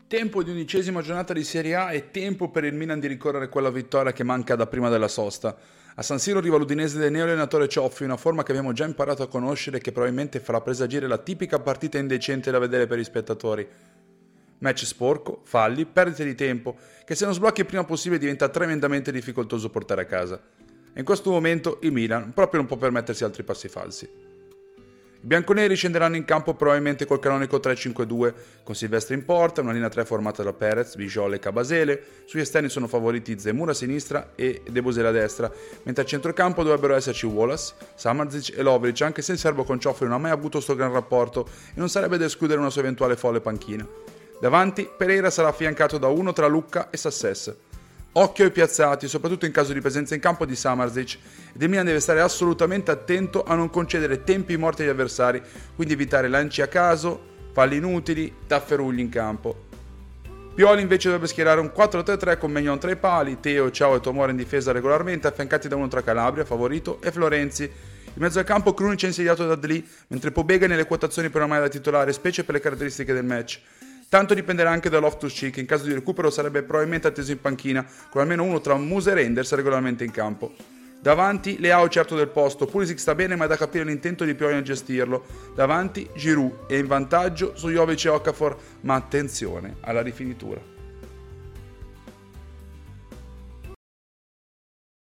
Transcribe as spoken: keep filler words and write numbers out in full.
Tempo di undicesima giornata di Serie A e tempo per il Milan di ricorrere quella vittoria che manca da prima della sosta. A San Siro arriva l'Udinese del neoallenatore Cioffi, una forma che abbiamo già imparato a conoscere e che probabilmente farà presagire la tipica partita indecente da vedere per gli spettatori. Match sporco, falli, perdite di tempo, che se non sblocchi il prima possibile diventa tremendamente difficoltoso portare a casa. E in questo momento il Milan proprio non può permettersi altri passi falsi. I bianconeri scenderanno in campo probabilmente col canonico tre cinque due, con Silvestri in porta, una linea tre formata da Perez, Bijol e Cabasele. Sugli esterni sono favoriti Zemura a sinistra e De Bosele a destra, mentre a centrocampo dovrebbero esserci Wallace, Samardžić e Lovric, anche se il serbo con Cioffi non ha mai avuto sto gran rapporto e non sarebbe da escludere una sua eventuale folle panchina. Davanti, Pereira sarà affiancato da uno tra Lucca e Sassès. Occhio ai piazzati, soprattutto in caso di presenza in campo di Samardžić, ed il Milan deve stare assolutamente attento a non concedere tempi morti agli avversari, quindi evitare lanci a caso, falli inutili, tafferugli in campo. Pioli invece dovrebbe schierare un quattro tre tre con Maignan tra i pali, Teo, Ciao e Tomori in difesa regolarmente, affiancati da uno tra Calabria, Favorito e Florenzi. In mezzo al campo Krunic è insediato da Dlì, mentre Pobega nelle quotazioni per una maglia da titolare, specie per le caratteristiche del match. Tanto dipenderà anche da Loftus-Cheek, in caso di recupero sarebbe probabilmente atteso in panchina, con almeno uno tra Muse e Reinders regolarmente in campo. Davanti, Leao certo del posto, Pulisic sta bene ma è da capire l'intento di Pioli a gestirlo. Davanti, Giroud è in vantaggio su Jovic e Okafor, ma attenzione alla rifinitura.